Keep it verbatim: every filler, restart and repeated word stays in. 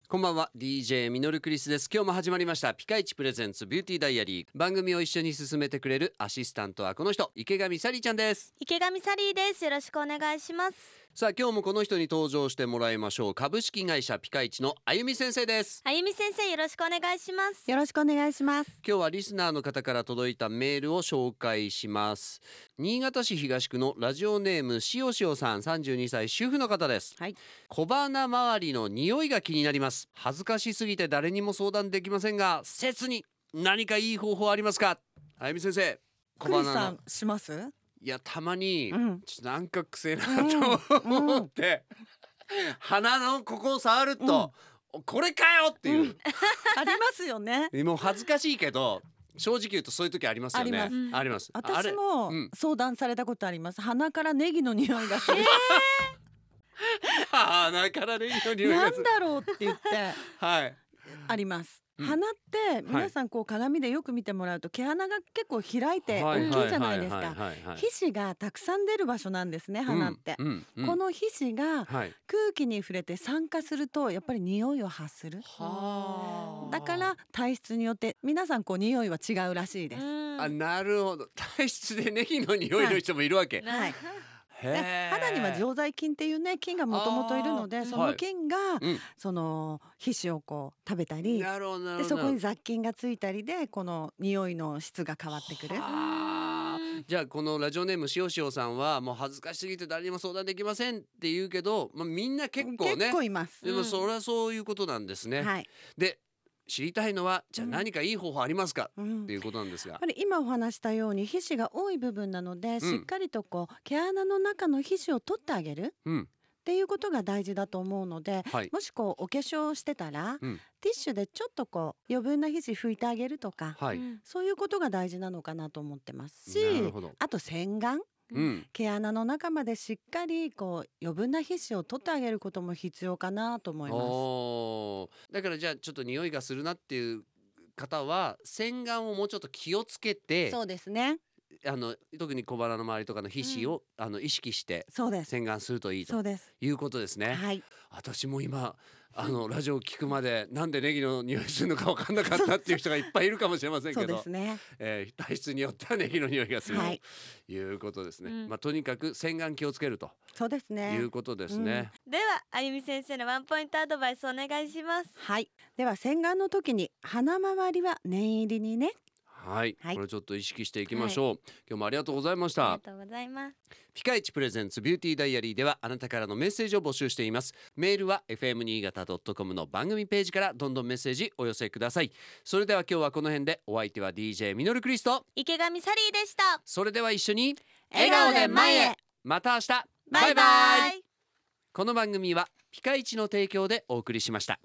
こんばんは、 ディージェー ミノルクリスです。今日も始まりましたピカイチプレゼンツビューティーダイアリー。番組を一緒に進めてくれるアシスタントはこの人、池上サリーちゃんです。 池上サリーです。よろしくお願いします。 さあ、今日もこの人に登場してもらいましょう。株式会社ピカイチのあゆみ先生です。 あゆみ先生、よろしくお願いします。 よろしくお願いします。 今日はリスナーの方から届いたメールを紹介します。新潟市東区のラジオネームしおしおさん、さんじゅうにさい主婦の方です、 はい、 小鼻周りの匂いが気になります。恥ずかしすぎて誰にも相談できませんが、切に何かいい方法ありますか？あゆみ先生、小クリ鼻のさんします？ いや、たまに、 うん、 ちょっとなんか癖なと思って、うんうん、鼻のここを触ると、うん、これかよっていう、うん、 ありますよね。 もう恥ずかしいけど正直言うとそういう時ありますよね。 あります、 うん、あります。 私も相談されたことあります。鼻からネギの匂いがする、えー、鼻からネギの匂いがする、 なんだろうって言ってはい、 あります。鼻って皆さんこう鏡でよく見てもらうと毛穴が結構開いて大きいじゃないですか。皮脂がたくさん出る場所なんですね、鼻って、うんうんうん、この皮脂が空気に触れて酸化するとやっぱり匂いを発する。はだから体質によって皆さんこう匂いは違うらしいです。 あ、なるほど。体質でネギの匂いの人もいるわけ、はいはい、 肌には常在菌っていうね菌がもともといるので、その菌が、はい、うん、その皮脂をこう食べたりで、そこに雑菌がついたりでこの匂いの質が変わってくる。 じゃあこのラジオネームしおしおさんはもう恥ずかしすぎて誰にも相談できませんって言うけど、まあ、みんな結構ね結構います。 でもそれはそういうことなんですね、うん、はい、で知りたいのはじゃあ何かいい方法ありますか、うん、っていうことなんですが、やっぱり今お話したように皮脂が多い部分なので、うん、しっかりとこう毛穴の中の皮脂を取ってあげる、うん、っていうことが大事だと思うので、はい、もしこうお化粧してたら、うん、ティッシュでちょっとこう余分な皮脂拭いてあげるとか、はい、そういうことが大事なのかなと思ってますし、あと洗顔、うん、毛穴の中までしっかりこう余分な皮脂を取ってあげることも必要かなと思います。 おだからじゃあちょっと匂いがするなっていう方は洗顔をもうちょっと気をつけて、 そうですね、 あの特に小鼻の周りとかの皮脂を、うん、あの意識して洗顔するといいということですね。はい、私も今あのラジオを聞くまでなんでネギの匂いするのか分かんなかったっていう人がいっぱいいるかもしれませんけど、そうですね、えー、体質によってはネギの匂いがする、はい、ということですね、うん、まあ、とにかく洗顔気をつけるとそうですねいうことですね、 うん、ではあゆみ先生のワンポイントアドバイスお願いします。 はい、では洗顔の時に鼻周りは念入りにね。 はい、はい、これちょっと意識していきましょう、はい、今日もありがとうございました。 ありがとうございます。 ピカイチプレゼンツビューティーダイアリーではあなたからのメッセージを募集しています。メールは エフエム新潟ドットコム の番組ページからどんどんメッセージお寄せください。それでは今日はこの辺で、お相手は ディージェー ミノルクリスト、 池上サリーでした。 それでは一緒に笑顔で前へ、 また明日、 バイバイ。 この番組はピカイチの提供でお送りしました。